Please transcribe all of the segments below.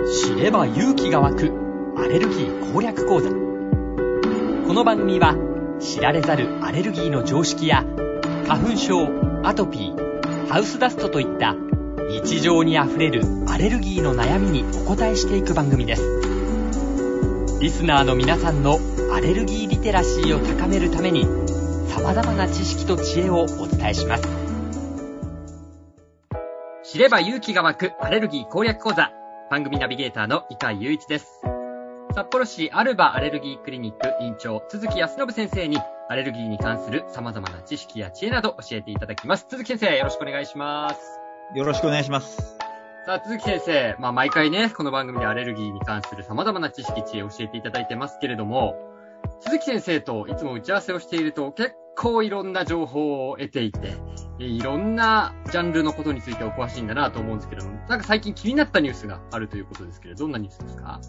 知れば勇気が湧くアレルギー攻略講座。この番組は知られざるアレルギーの常識や花粉症、アトピー、ハウスダストといった日常にあふれるアレルギーの悩みにお答えしていく番組です。リスナーの皆さんのアレルギーリテラシーを高めるために様々な知識と知恵をお伝えします。知れば勇気が湧くアレルギー攻略講座、番組ナビゲーターの伊海雄一です。札幌市アルバアレルギークリニック院長鈴木康信先生にアレルギーに関する様々な知識や知恵など教えていただきます。鈴木先生、よろしくお願いします。 よろしくお願いします。 さあ、鈴木先生、毎回ね、この番組でアレルギーに関する様々な知識、知恵を教えていただいてますけれども、鈴木先生といつも打ち合わせをしていると結構いろんな情報を得ていて、いろんなジャンルのことについてお詳しいんだなと思うんですけれども、なんか最近気になったニュースがあるということですけれど、どんなニュースですか？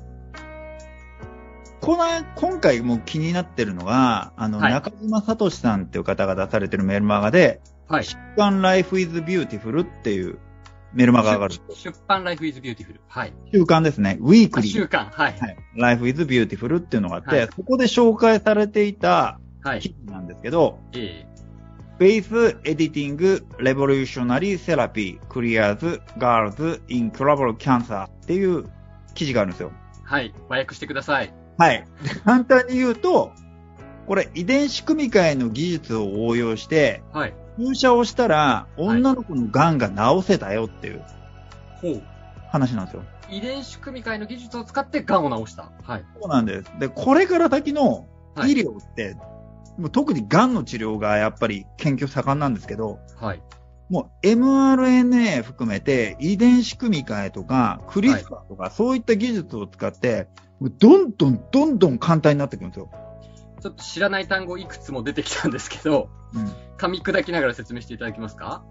今回も気になってるのが、中島聡さんっていう方が出されてるメルマガで、 はい。 出版 Life is Beautiful っていうメルマガがある。 出版 Life is Beautiful。はい。 週刊ですね。ウィークリー。 週刊。はい。 はい。Life is Beautiful っていうのがあって、 はい、 そこで紹介されていた記事なんですけど、Face Editing Revolutionary Therapy Clears Girls Incurable Cancer っていう記事があるんですよ。 はい。和訳してください。 はい。簡単に言うと、これ遺伝子組み換えの技術を応用して、 はい。 注射をしたら女の子の癌が治せたよっていう話なんですよ。 遺伝子組み換えの技術を使って癌を治した。はい。 そうなんです。で、これから先の医療って、もう特に癌の治療がやっぱり研究盛んなんですけど、 はい。 もう mRNA 含めて遺伝子組み換えとかクリスパーとかそういった技術を使って、どんどん簡単になってくるんですよ。 ちょっと知らない単語いくつも出てきたんですけど、噛み砕きながら説明していただけますか？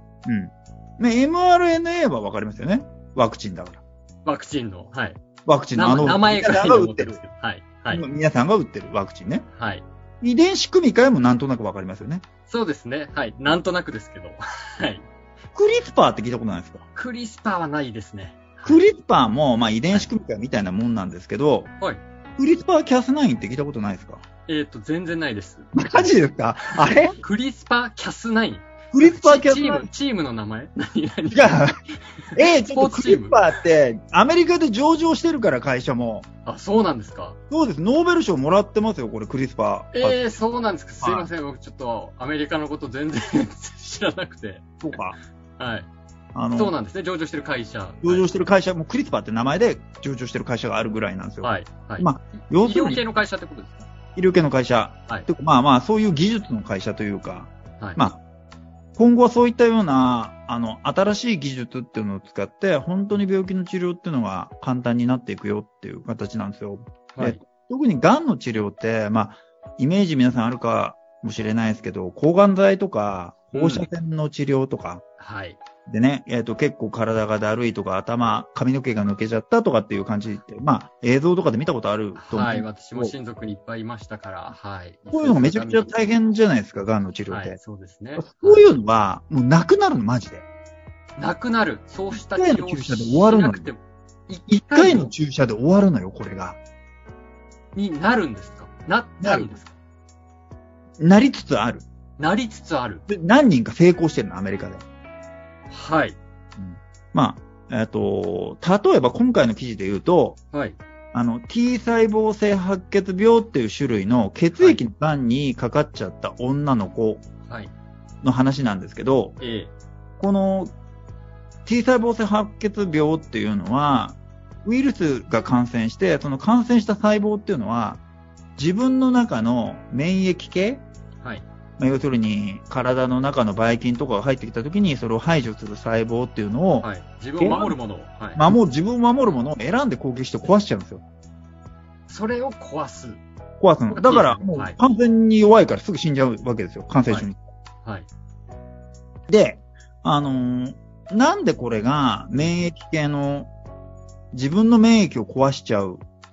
mRNA はわかりますよね。ワクチンだから。 ワクチンの、はい。 ワクチンの名前が打ってる。 はい。はい。 皆さんが打ってるワクチンね。 はい。 遺伝子組み換えもなんとなくわかりますよね。 そうですね。はい。なんとなくですけど。はい。 クリスパーって聞いたことないですか？ クリスパーはないですね。 クリスパーも、遺伝子組み換えみたいなもんなんですけど、 はい。 クリスパーキャス9って聞いたことないですか？ 全然ないです。 マジですか？あれクリスパーキャス9。 クリスパーキャス9。 チームの名前？何違う。ちょっとクリスパーって、アメリカで上場してるから会社も。 あ、そうなんですか？ そうです。ノーベル賞もらってますよ、これ、クリスパー。 そうなんですか？すいません。僕ちょっとアメリカのこと全然知らなくて。 そうか。 はい。そうなんですね。上場してる会社。 上場してる会社、もうクリスパーって名前で上場してる会社があるぐらいなんですよ。 はい。はい。 要するに。 医療系の会社ってことですか？ 医療系の会社。 はい。 そういう技術の会社というか。 はい。 今後はそういったような、新しい技術っていうのを使って、本当に病気の治療っていうのが簡単になっていくよっていう形なんですよ。 はい。 特に癌の治療って、イメージ皆さんあるかもしれないですけど、抗がん剤とか、放射線の治療とか、 はい。 でね、結構体がだるいとか、髪の毛が抜けちゃったとかっていう感じって、映像とかで見たことあると思う。 はい、私も親族にいっぱいいましたから、はい。 こういうのがめちゃくちゃ大変じゃないですか、癌の治療って。 はい、そうですね。 そういうのは、もうなくなるの、マジで。 なくなる。そうした治療をしなくても。1回の注射で終わるのよ、これが。 になるんですか？なるんですか？ なりつつある。 なりつつある。 で、何人か成功してるの、アメリカで。 はい。 例えば今回の記事で言うと、 はい。 T 細胞性白血病っていう種類の血液の癌にかかっちゃった女の子の話なんですけど、この T 細胞性白血病っていうのは、ウイルスが感染して、その感染した細胞っていうのは、自分の中の免疫系、 はい。 要するに、体の中のばい菌とかが入ってきたときに、それを排除する細胞っていうのを、 はい、自分を守るものを、はい、 自分を守るものを選んで攻撃して壊しちゃうんですよ。 それを壊すの。だから、もう感染に弱いからすぐ死んじゃうわけですよ、感染症に。 はい。 で、なんでこれが免疫系の、自分の免疫を壊しちゃう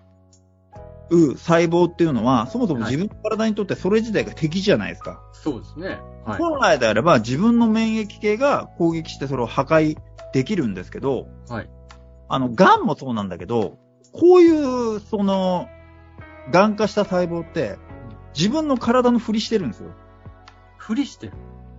細胞っていうのは、そもそも自分の体にとってそれ自体が敵じゃないですか。 そうですね。はい。 本来であれば自分の免疫系が攻撃してそれを破壊できるんですけど、 はい。 癌もそうなんだけど、 こういう、癌化した細胞って、自分の体のふりしてるんですよ。 ふりしてる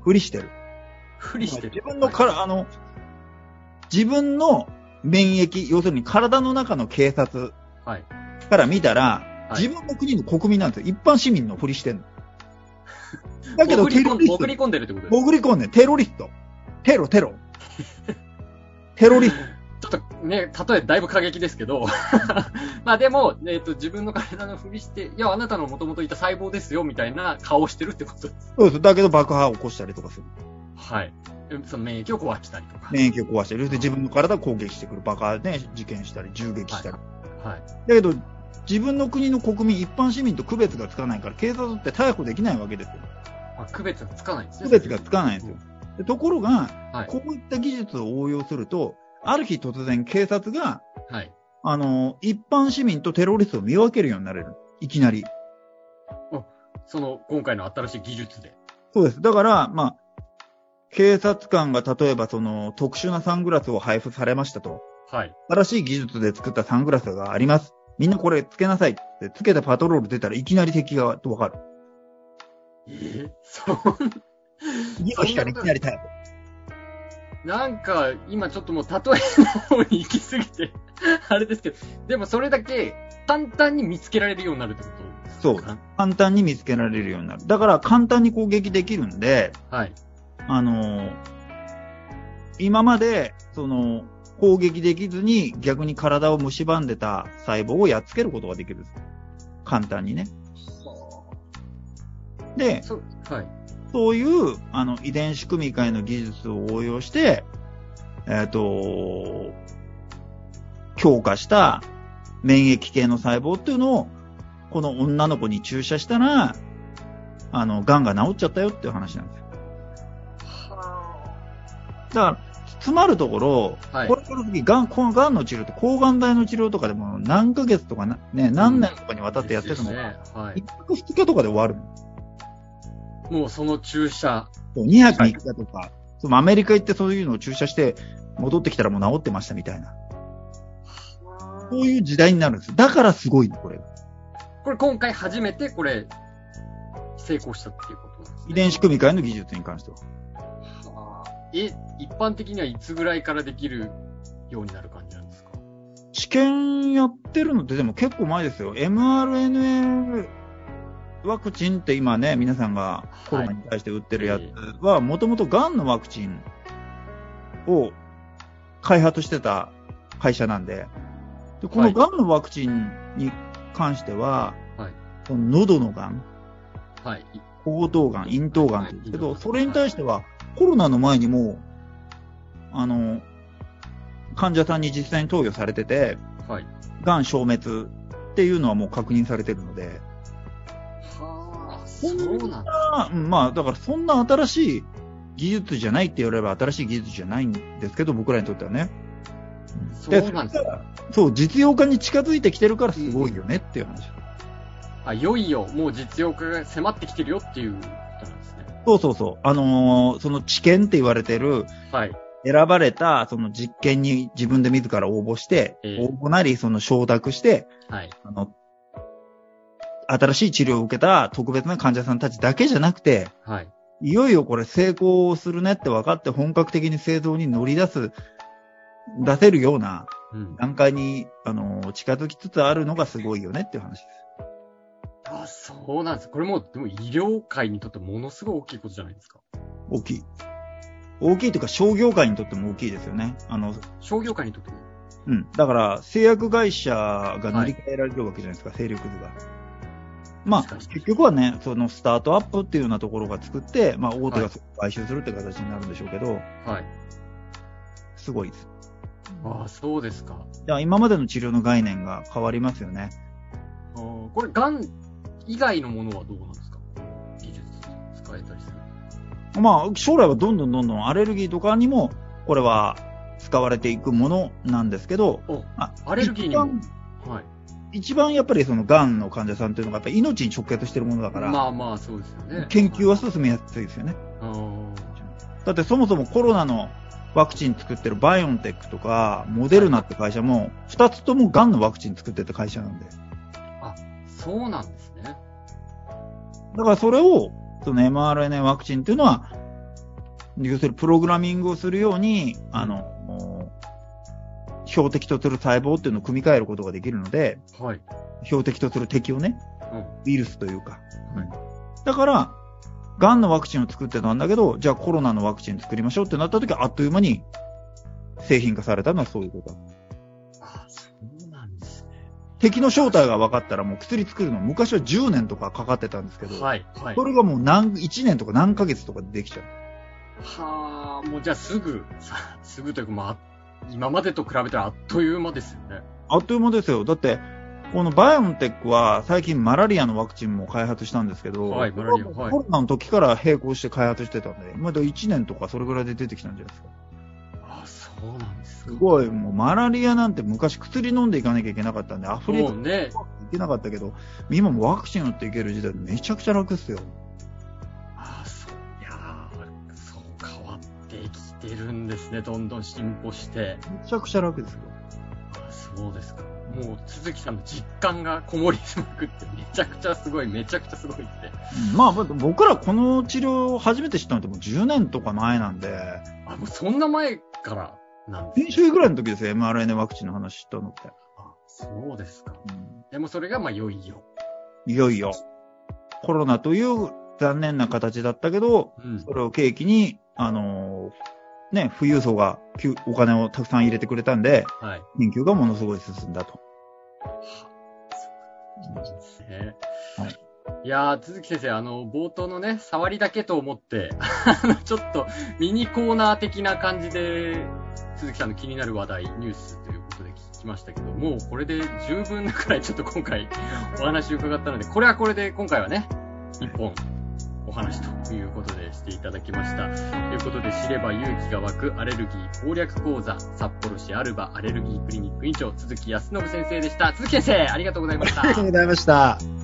自分の自分の免疫、要するに体の中の警察から見たら、自分の国の国民なんですよ。一般市民のふりしてんの。だけど、 潜り込んでるってことですか？ 潜り込んでる。テロリスト。テロリスト。 ちょっとね、例えだいぶ過激ですけど、まあでも、自分の体のふりして、いや、あなたの元々いた細胞ですよ、みたいな顔をしてるってことです。 そうです。だけど爆破を起こしたりとかする。 はい。その免疫を壊したりとか。 免疫を壊したり。で、自分の体を攻撃してくる。爆破ね、事件したり、銃撃したり。 はい。 だけど、自分の国の国民、一般市民と区別がつかないから、警察って逮捕できないわけですよ。 区別がつかないんですね。 区別がつかないんですよ。でところが、こういった技術を応用すると、ある日突然警察が、一般市民とテロリストを見分けるようになれる。いきなり。 今回の新しい技術で。 そうです。だから、警察官が例えば特殊なサングラスを配布されましたと。 はい。 新しい技術で作ったサングラスがあります。みんなこれつけなさいってつけてパトロール出たらいきなり敵がわかる。いきなり逮捕。 なんか、今ちょっともう例えの方に行き過ぎて、あれですけど、でもそれだけ簡単に見つけられるようになるってことですか？そう。 簡単に見つけられるようになる。だから簡単に攻撃できるんで、 はい。 今まで、攻撃できずに逆に体を蝕んでた細胞をやっつけることができる。簡単にね。で、 はい。 そういう、遺伝子組み換えの技術を応用して、強化した免疫系の細胞っていうのを、この女の子に注射したら、癌が治っちゃったよっていう話なんですよ。だから、つまるところ、これから先、この癌の治療って抗がん剤の治療とかでも何ヶ月とかね、何年とかにわたってやってるのが、1泊2日とかで終わる。 もうその注射。 2泊3日とか、アメリカ行ってそういうのを注射して戻ってきたらもう治ってましたみたいな。そういう時代になるんです。だからすごいの、これ。 これ今回初めて成功したっていうことなんですね。 遺伝子組み換えの技術に関しては。 一般的にはいつぐらいからできるようになる感じなんですか？ 治験やってるのってでも結構前ですよ。mRNAワクチンって今ね、皆さんがコロナに対して打ってるやつは、もともと癌のワクチンを開発してた会社なんで、この癌のワクチンに関しては、この喉の癌、喉頭癌、咽頭癌って言うんですけど、それに対してはコロナの前にも、患者さんに実際に投与されてて、癌消滅っていうのはもう確認されてるので、 そうなんだ。 だからそんな新しい技術じゃないって言われれば新しい技術じゃないんですけど、僕らにとってはね。 そうなんですか。 そう、実用化に近づいてきてるからすごいよねっていう話。 いよいよもう実用化が迫ってきてるよっていうことなんですね。 そう。その治験って言われてる、選ばれたその実験に自分で自ら応募して、応募なりその承諾して、新しい治療を受けた特別な患者さんたちだけじゃなくて、いよいよこれ成功するねって分かって本格的に製造に乗り出せるような段階に、近づきつつあるのがすごいよねっていう話です。 そうなんです。これも、でも医療界にとってものすごい大きいことじゃないですか。 大きいというか商業界にとっても大きいですよね。 商業界にとってもだから製薬会社が乗り換えられるわけじゃないですか、勢力図が。結局はね、そのスタートアップっていうようなところが作って、大手が買収するって形になるんでしょうけど、すごいです。 そうですか。 今までの治療の概念が変わりますよね。 これ、癌以外のものはどうなんですか？技術使えたりする？ 将来はどんどんアレルギーとかにも、これは使われていくものなんですけど、 アレルギーにも。 一番やっぱりその癌の患者さんというのがやっぱり命に直結しているものだから、 そうですよね。 研究は進めやすいですよね。だってそもそもコロナのワクチン作ってるバイオンテックとか、モデルナって会社も、2つとも癌のワクチン作ってた会社なんで。 あ、そうなんですね。 だからそれを、その mRNA ワクチンっていうのは、要するにプログラミングをするように、標的とする細胞っていうのを組み替えることができるので、 はい。 標的とする敵をね、ウイルスというか。 はい。 だから、癌のワクチンを作ってたんだけど、じゃあコロナのワクチン作りましょうってなった時は、あっという間に製品化されたのはそういうことだ。 ああ、そうなんですね。 敵の正体が分かったらもう薬作るの昔は10年とかかかってたんですけど、 はい。はい。 それがもう1年とか何ヶ月とかでできちゃう。 はあ、もうじゃあすぐというか、まあ、今までと比べたらあっという間ですよね。 あっという間ですよ。だって、このバイオンテックは最近マラリアのワクチンも開発したんですけど、 はい、マラリア、はい。 コロナの時から並行して開発してたんで、まだ1年とかそれぐらいで出てきたんじゃないですか。 あ、そうなんですか。 すごい、もうマラリアなんて昔薬飲んでいかなきゃいけなかったんで、アフリカにね、 行けなかったけど、今もワクチン打っていける時代でめちゃくちゃ楽ですよ。 あ、そう、いやー、そう変わってきてるんですね、どんどん進歩して。 めちゃくちゃ楽ですよ。 あ、そうですか。もう、鈴木さんの実感がこもりまくって、めちゃくちゃすごいって。 まあ、僕らこの治療を初めて知ったのってもう10年とか前なんで。 あ、もうそんな前からなんですね。 先週ぐらいの時ですよ、mRNA ワクチンの話知ったのって。 あ、そうですか。でもそれが、まあ、いよいよ。 いよいよ。コロナという残念な形だったけど、それを契機に、ね、富裕層がお金をたくさん入れてくれたんで、 はい、 研究がものすごい進んだと。 そうですね。 はい。 いやー、鈴木先生、冒頭のね、触りだけと思って、ちょっとミニコーナー的な感じで、鈴木さんの気になる話題、ニュースということで聞きましたけど、もうこれで十分なくらいちょっと今回お話を伺ったので、これはこれで今回はね、一本お話ということでしていただきました。ということで、知れば勇気が湧くアレルギー攻略講座、札幌市アルバアレルギークリニック院長、鈴木康信先生でした。鈴木先生、ありがとうございました。 ありがとうございました。